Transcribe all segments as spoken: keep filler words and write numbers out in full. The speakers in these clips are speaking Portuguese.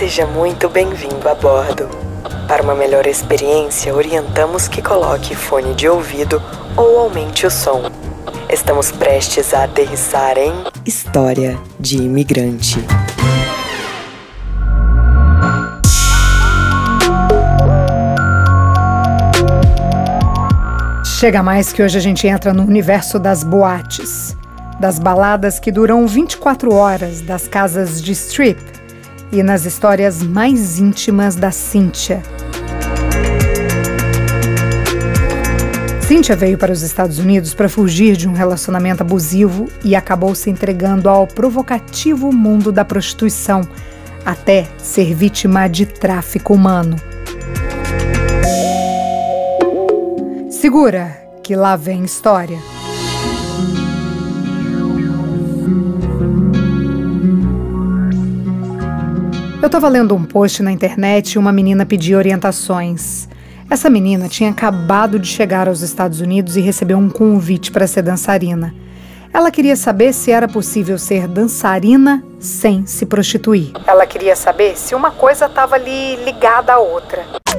Seja muito bem-vindo a bordo. Para uma melhor experiência, orientamos que coloque fone de ouvido ou aumente o som. Estamos prestes a aterrissar em História de Imigrante. Chega mais que hoje a gente entra no universo das boates, das baladas que duram vinte e quatro horas, das casas de strip e nas histórias mais íntimas da Cíntia. Cíntia veio para os Estados Unidos para fugir de um relacionamento abusivo e acabou se entregando ao provocativo mundo da prostituição, até ser vítima de tráfico humano. Segura, que lá vem história. Eu estava lendo um post na internet e uma menina pedia orientações. Essa menina tinha acabado de chegar aos Estados Unidos e recebeu um convite para ser dançarina. Ela queria saber se era possível ser dançarina sem se prostituir. Ela queria saber se uma coisa estava ali ligada à outra.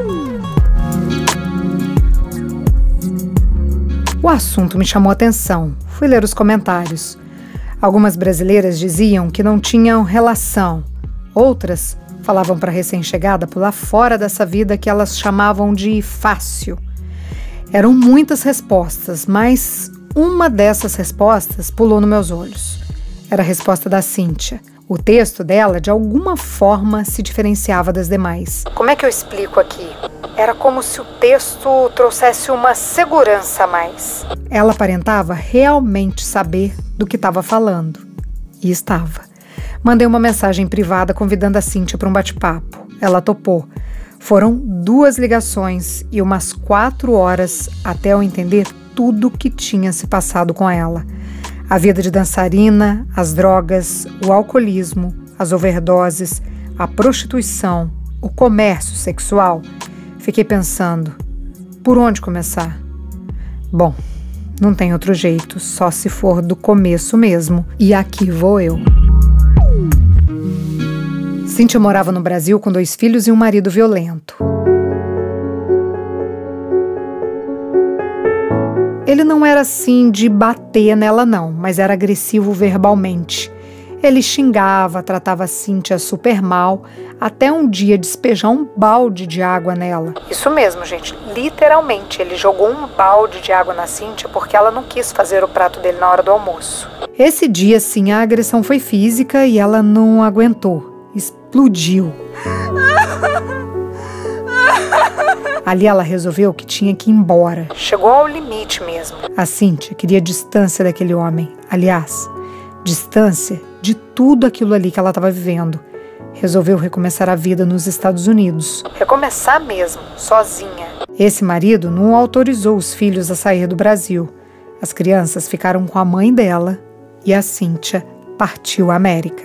O assunto me chamou a atenção. Fui ler os comentários. Algumas brasileiras diziam que não tinham relação. Outras falavam para a recém-chegada pular fora dessa vida que elas chamavam de fácil. Eram muitas respostas, mas uma dessas respostas pulou nos meus olhos. Era a resposta da Cíntia. O texto dela, de alguma forma, se diferenciava das demais. Como é que eu explico aqui? Era como se o texto trouxesse uma segurança a mais. Ela aparentava realmente saber do que estava falando. E estava. Mandei uma mensagem privada convidando a Cíntia para um bate-papo. Ela topou. Foram duas ligações e umas quatro horas até eu entender tudo que tinha se passado com ela. A vida de dançarina, as drogas, o alcoolismo, as overdoses, a prostituição, o comércio sexual. Fiquei pensando, por onde começar? Bom, não tem outro jeito, só se for do começo mesmo. E aqui vou eu. Cíntia morava no Brasil com dois filhos e um marido violento. Ele não era assim de bater nela não, mas era agressivo verbalmente. Ele xingava, tratava a Cíntia super mal, até um dia despejar um balde de água nela. Isso mesmo, gente, literalmente, ele jogou um balde de água na Cíntia porque ela não quis fazer o prato dele na hora do almoço. Esse dia, sim, a agressão foi física e ela não aguentou, explodiu. Ali ela resolveu que tinha que ir embora. Chegou ao limite mesmo. A Cíntia queria distância daquele homem, aliás, distância de tudo aquilo ali que ela estava vivendo. Resolveu recomeçar a vida nos Estados Unidos. Recomeçar mesmo, sozinha. Esse marido não autorizou os filhos a sair do Brasil. As crianças ficaram com a mãe dela e a Cíntia partiu à América.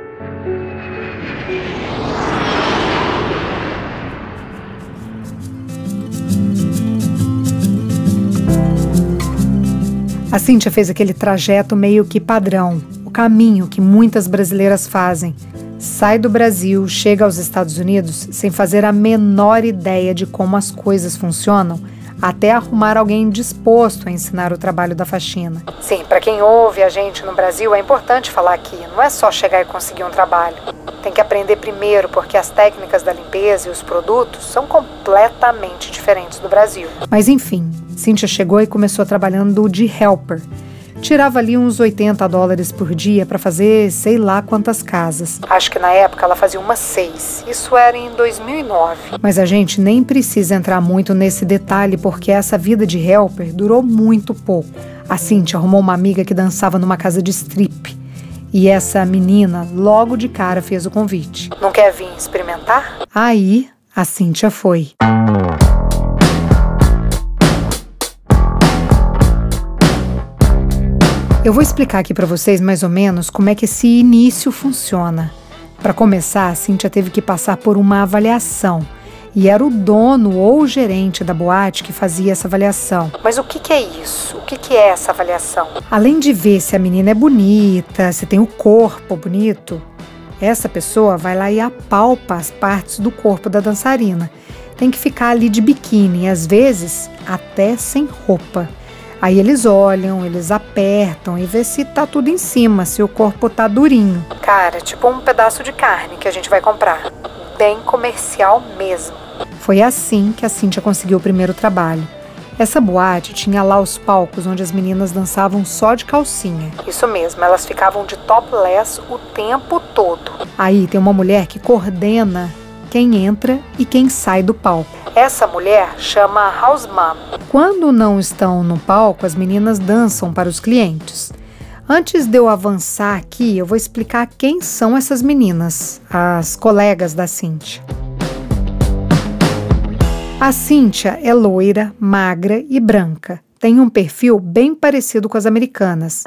A Cíntia fez aquele trajeto meio que padrão, o caminho que muitas brasileiras fazem. Sai do Brasil, chega aos Estados Unidos sem fazer a menor ideia de como as coisas funcionam, até arrumar alguém disposto a ensinar o trabalho da faxina. Sim, para quem ouve a gente no Brasil, é importante falar aqui, não é só chegar e conseguir um trabalho. Tem que aprender primeiro, porque as técnicas da limpeza e os produtos são completamente diferentes do Brasil. Mas enfim, Cíntia chegou e começou trabalhando de helper. Tirava ali uns oitenta dólares por dia para fazer sei lá quantas casas. Acho que na época ela fazia umas seis. Isso era em dois mil e nove. Mas a gente nem precisa entrar muito nesse detalhe porque essa vida de helper durou muito pouco. A Cíntia arrumou uma amiga que dançava numa casa de strip. E essa menina logo de cara fez o convite. Não quer vir experimentar? Aí a Cíntia foi. Eu vou explicar aqui para vocês mais ou menos como é que esse início funciona. Para começar, a Cíntia teve que passar por uma avaliação. E era o dono ou o gerente da boate que fazia essa avaliação. Mas o que, que é isso? O que, que é essa avaliação? Além de ver se a menina é bonita, se tem o corpo bonito, Essa pessoa vai lá e apalpa as partes do corpo da dançarina. Tem que ficar ali de biquíni, às vezes até sem roupa. Aí eles olham, eles apertam e vê se tá tudo em cima, se o corpo tá durinho. Cara, tipo um pedaço de carne que a gente vai comprar. Bem comercial mesmo. Foi assim que a Cíntia conseguiu o primeiro trabalho. Essa boate tinha lá os palcos onde as meninas dançavam só de calcinha. Isso mesmo, elas ficavam de topless o tempo todo. Aí tem uma mulher que coordena quem entra e quem sai do palco. Essa mulher chama House Mom. Quando não estão no palco, as meninas dançam para os clientes. Antes de eu avançar aqui, eu vou explicar quem são essas meninas, as colegas da Cíntia. A Cíntia é loira, magra e branca. Tem um perfil bem parecido com as americanas.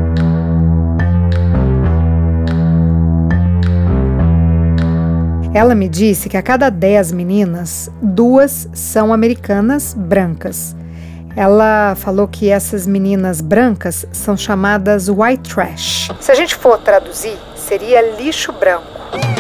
Ela me disse que a cada dez meninas, duas são americanas brancas. Ela falou que essas meninas brancas são chamadas white trash. Se a gente for traduzir, seria lixo branco.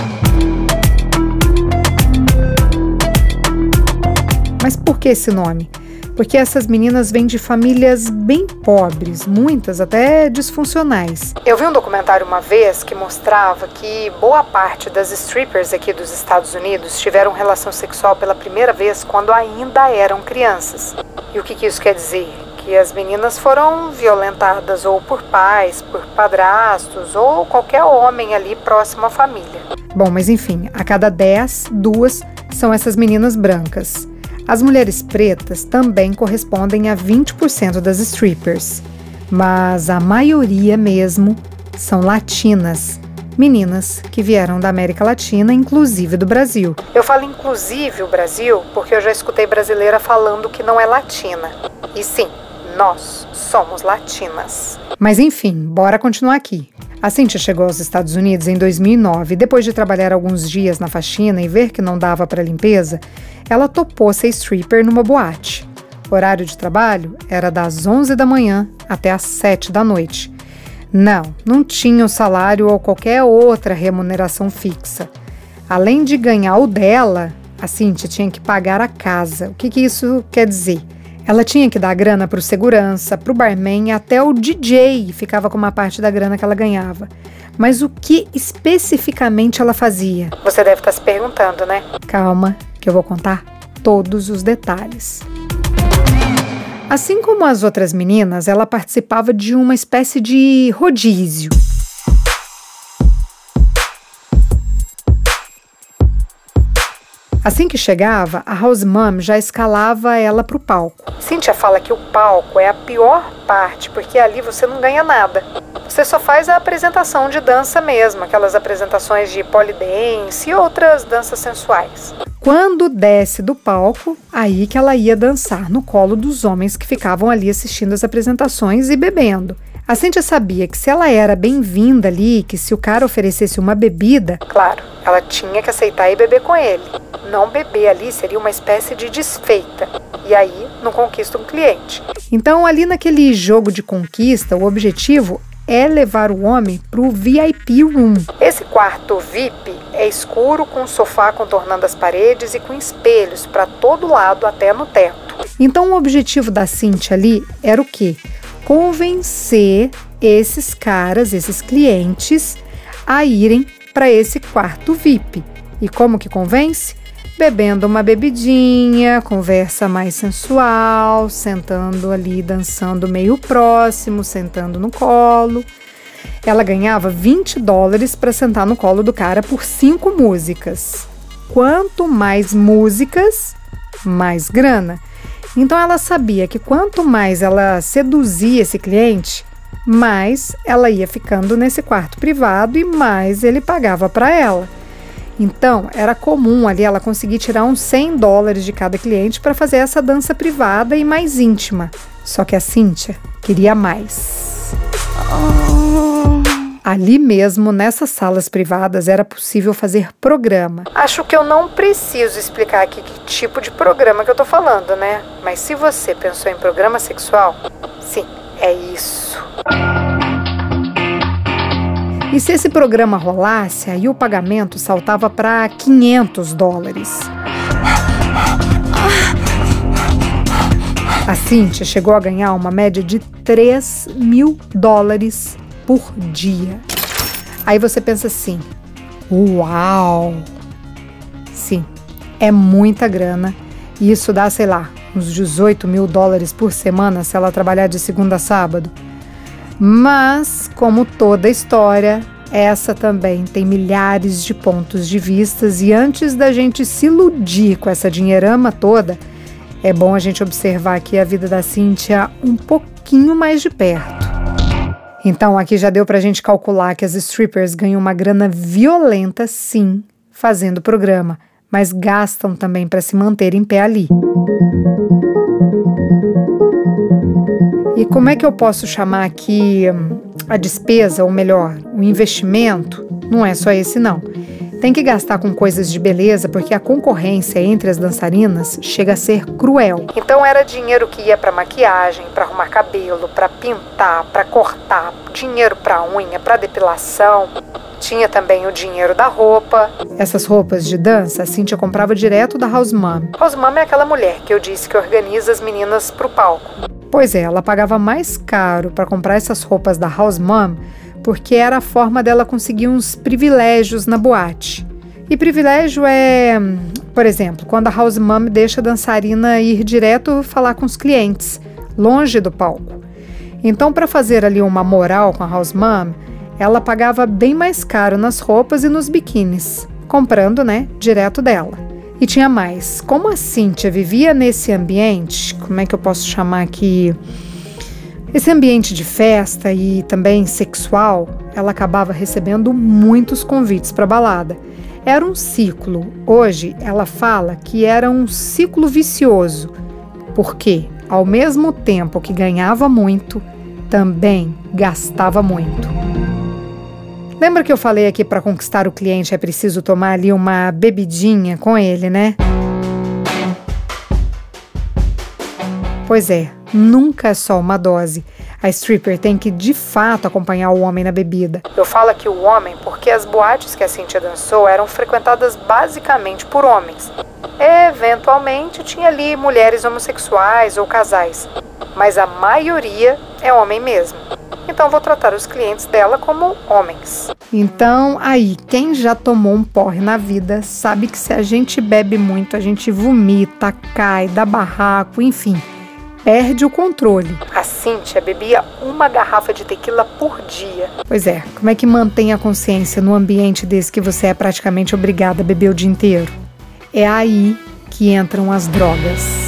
Mas por que esse nome? Porque essas meninas vêm de famílias bem pobres, muitas até disfuncionais. Eu vi um documentário uma vez que mostrava que boa parte das strippers aqui dos Estados Unidos tiveram relação sexual pela primeira vez quando ainda eram crianças. E o que, que isso quer dizer? Que as meninas foram violentadas ou por pais, por padrastos ou qualquer homem ali próximo à família. Bom, mas enfim, a cada dez, duas são essas meninas brancas. As mulheres pretas também correspondem a vinte por cento das strippers, mas a maioria mesmo são latinas, meninas que vieram da América Latina, inclusive do Brasil. Eu falo inclusive o Brasil porque eu já escutei brasileira falando que não é latina. E sim, nós somos latinas. Mas enfim, bora continuar aqui. A Cíntia chegou aos Estados Unidos em dois mil e nove e depois de trabalhar alguns dias na faxina e ver que não dava para limpeza, ela topou ser stripper numa boate. O horário de trabalho era das onze da manhã até às sete da noite. Não, não tinha um salário ou qualquer outra remuneração fixa. Além de ganhar o dela, a Cíntia tinha que pagar a casa. O que, que isso quer dizer? Ela tinha que dar grana para o segurança, para o barman e até o D J ficava com uma parte da grana que ela ganhava. Mas o que especificamente ela fazia? Você deve estar se perguntando, né? Calma, que eu vou contar todos os detalhes. Assim como as outras meninas, ela participava de uma espécie de rodízio. Assim que chegava, a House Mom já escalava ela para o palco. Cíntia fala que o palco é a pior parte, porque ali você não ganha nada. Você só faz a apresentação de dança mesmo, aquelas apresentações de pole dance e outras danças sensuais. Quando desce do palco, aí que ela ia dançar no colo dos homens que ficavam ali assistindo as apresentações e bebendo. A Cíntia sabia que se ela era bem-vinda ali, que se o cara oferecesse uma bebida, claro, ela tinha que aceitar e beber com ele. Não beber ali seria uma espécie de desfeita, e aí não conquista um cliente. Então, ali naquele jogo de conquista, o objetivo é levar o homem para o V I P Room. Esse quarto V I P é escuro, com um sofá contornando as paredes e com espelhos para todo lado, até no teto. Então, o objetivo da Cíntia ali era o quê? Convencer esses caras, esses clientes, a irem para esse quarto V I P. E como que convence? Bebendo uma bebidinha, conversa mais sensual, sentando ali, dançando meio próximo, sentando no colo. Ela ganhava vinte dólares para sentar no colo do cara por cinco músicas. Quanto mais músicas, mais grana. Então ela sabia que quanto mais ela seduzia esse cliente, mais ela ia ficando nesse quarto privado e mais ele pagava para ela. Então, era comum ali ela conseguir tirar uns cem dólares de cada cliente para fazer essa dança privada e mais íntima. Só que a Cíntia queria mais. Ali mesmo, nessas salas privadas, era possível fazer programa. Acho que eu não preciso explicar aqui que tipo de programa que eu tô falando, né? Mas se você pensou em programa sexual, sim, é isso. E se esse programa rolasse, aí o pagamento saltava para quinhentos dólares. A Cynthia chegou a ganhar uma média de três mil dólares por dia. Aí você pensa assim, uau! Sim, é muita grana e isso dá, sei lá, uns dezoito mil dólares por semana se ela trabalhar de segunda a sábado. Mas, como toda história, essa também tem milhares de pontos de vistas e antes da gente se iludir com essa dinheirama toda, é bom a gente observar aqui a vida da Cynthia um pouquinho mais de perto. Então, aqui já deu pra gente calcular que as strippers ganham uma grana violenta, sim, fazendo o programa, mas gastam também para se manter em pé ali. E como é que eu posso chamar aqui a despesa, ou melhor, o investimento? Não é só esse não. Tem que gastar com coisas de beleza porque a concorrência entre as dançarinas chega a ser cruel. Então era dinheiro que ia para maquiagem, para arrumar cabelo, para pintar, para cortar, dinheiro para unha, para depilação. Tinha também o dinheiro da roupa. Essas roupas de dança a Cynthia comprava direto da House Mom. House Mom é aquela mulher que eu disse que organiza as meninas pro palco. Pois é, ela pagava mais caro para comprar essas roupas da House Mom porque era a forma dela conseguir uns privilégios na boate. E privilégio é, por exemplo, quando a House Mom deixa a dançarina ir direto falar com os clientes, longe do palco. Então, para fazer ali uma moral com a House Mom, ela pagava bem mais caro nas roupas e nos biquínis, comprando, né, direto dela. E tinha mais. Como a Cynthia vivia nesse ambiente, como é que eu posso chamar aqui? Esse ambiente de festa e também sexual, ela acabava recebendo muitos convites para balada. Era um ciclo. Hoje, ela fala que era um ciclo vicioso, porque, ao mesmo tempo que ganhava muito, também gastava muito. Lembra que eu falei aqui para conquistar o cliente é preciso tomar ali uma bebidinha com ele, né? Pois é, nunca é só uma dose. A stripper tem que, de fato, acompanhar o homem na bebida. Eu falo aqui o homem porque as boates que a Cynthia dançou eram frequentadas basicamente por homens. Eventualmente, tinha ali mulheres homossexuais ou casais, mas a maioria é homem mesmo. Então, vou tratar os clientes dela como homens. Então, aí, quem já tomou um porre na vida sabe que se a gente bebe muito, a gente vomita, cai, dá barraco, enfim, perde o controle. A Cynthia bebia uma garrafa de tequila por dia. Pois é, como é que mantém a consciência no ambiente desse que você é praticamente obrigada a beber o dia inteiro? É aí que entram as drogas.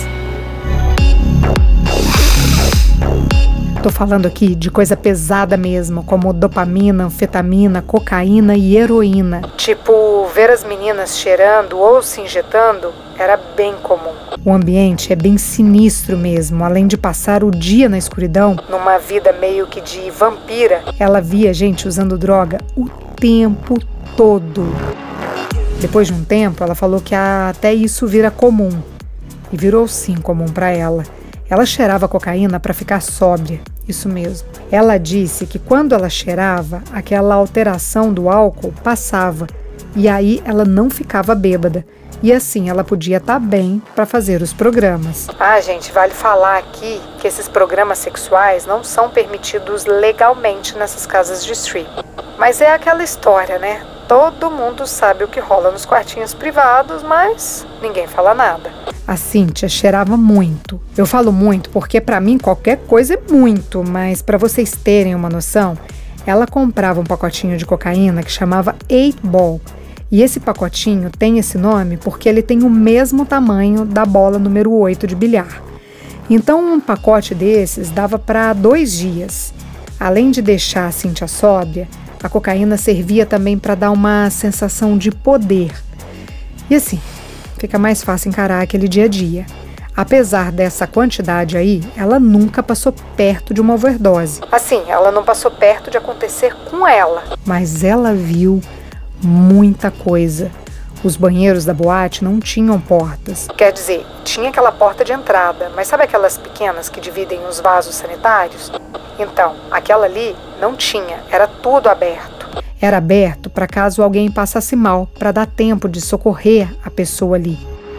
Tô falando aqui de coisa pesada mesmo, como dopamina, anfetamina, cocaína e heroína. Tipo, ver as meninas cheirando ou se injetando era bem comum. O ambiente é bem sinistro mesmo, além de passar o dia na escuridão, numa vida meio que de vampira, ela via gente usando droga o tempo todo. Depois de um tempo, ela falou que até isso vira comum. E virou sim comum para ela. Ela cheirava cocaína para ficar sóbria, isso mesmo. Ela disse que quando ela cheirava, aquela alteração do álcool passava e aí ela não ficava bêbada. E assim ela podia estar bem para fazer os programas. Ah, gente, vale falar aqui que esses programas sexuais não são permitidos legalmente nessas casas de strip. Mas é aquela história, né? Todo mundo sabe o que rola nos quartinhos privados, mas ninguém fala nada. A Cynthia cheirava muito. Eu falo muito porque para mim qualquer coisa é muito, mas para vocês terem uma noção, ela comprava um pacotinho de cocaína que chamava eight ball. E esse pacotinho tem esse nome porque ele tem o mesmo tamanho da bola número oito de bilhar. Então um pacote desses dava para dois dias. Além de deixar a Cynthia sóbria, a cocaína servia também para dar uma sensação de poder. E assim, fica mais fácil encarar aquele dia a dia. Apesar dessa quantidade aí, ela nunca passou perto de uma overdose. Assim, ela não passou perto de acontecer com ela. Mas ela viu muita coisa. Os banheiros da boate não tinham portas. Quer dizer, tinha aquela porta de entrada, mas sabe aquelas pequenas que dividem os vasos sanitários? Então, aquela ali não tinha, era tudo aberto. Era aberto para caso alguém passasse mal, para dar tempo de socorrer a pessoa ali.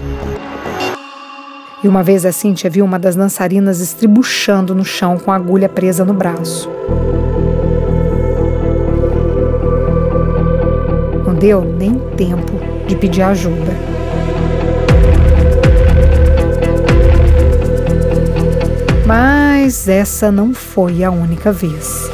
E uma vez a Cíntia viu uma das dançarinas estribuchando no chão com a agulha presa no braço. Não deu nem tempo de pedir ajuda. Mas essa não foi a única vez.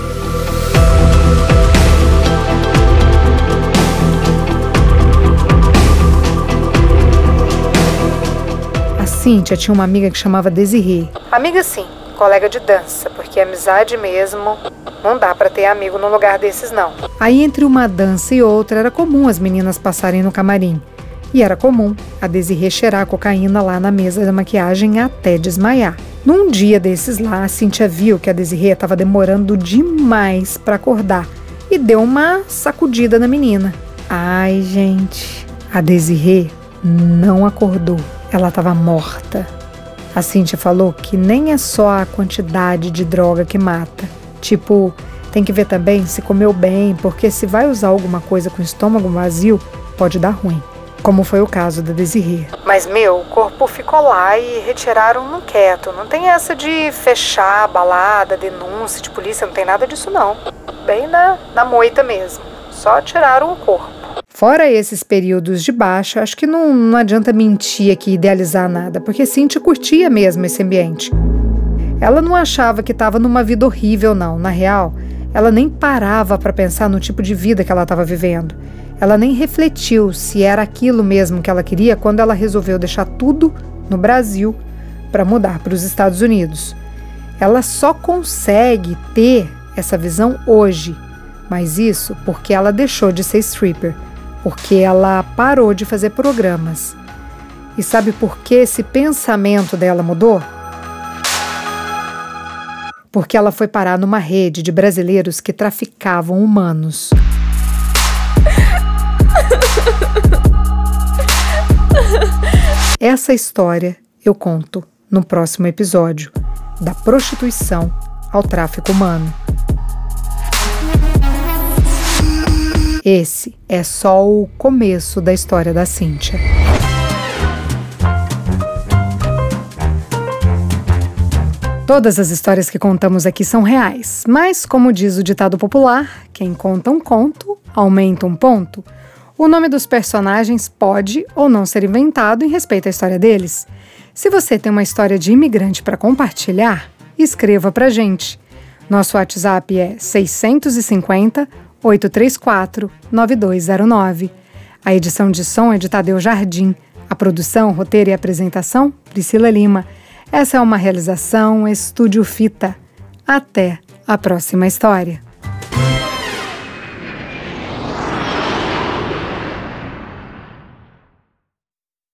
A Cíntia tinha uma amiga que chamava Desirê. Amiga sim, colega de dança, porque amizade mesmo não dá pra ter amigo num lugar desses não. Aí entre uma dança e outra era comum as meninas passarem no camarim. E era comum a Desirê cheirar a cocaína lá na mesa da maquiagem até desmaiar. Num dia desses lá, a Cíntia viu que a Desirê estava demorando demais para acordar e deu uma sacudida na menina. Ai, gente, a Desirê não acordou. Ela estava morta. A Cíntia falou que nem é só a quantidade de droga que mata. Tipo, tem que ver também se comeu bem, porque se vai usar alguma coisa com o estômago vazio, pode dar ruim. Como foi o caso da Desirê. Mas, meu, o corpo ficou lá e retiraram no quieto. Não tem essa de fechar a balada, denúncia de polícia, não tem nada disso não. Bem na, na moita mesmo. Só tiraram o corpo. Fora esses períodos de baixa, acho que não, não adianta mentir aqui e idealizar nada, porque Cíntia curtia mesmo esse ambiente. Ela não achava que estava numa vida horrível, não. Na real, ela nem parava para pensar no tipo de vida que ela estava vivendo. Ela nem refletiu se era aquilo mesmo que ela queria quando ela resolveu deixar tudo no Brasil para mudar para os Estados Unidos. Ela só consegue ter essa visão hoje, mas isso porque ela deixou de ser stripper, porque ela parou de fazer programas. E sabe por que esse pensamento dela mudou? Porque ela foi parar numa rede de brasileiros que traficavam humanos. Essa história eu conto no próximo episódio, da prostituição ao tráfico humano. Esse é só o começo da história da Cíntia. Todas as histórias que contamos aqui são reais, mas, como diz o ditado popular, quem conta um conto, aumenta um ponto. O nome dos personagens pode ou não ser inventado em respeito à história deles. Se você tem uma história de imigrante para compartilhar, escreva pra gente. Nosso WhatsApp é seis cinco zero, oito três quatro, nove dois zero nove. A edição de som é de Tadeu Jardim. A produção, roteiro e apresentação, Priscila Lima. Essa é uma realização Estúdio Fita. Até a próxima história.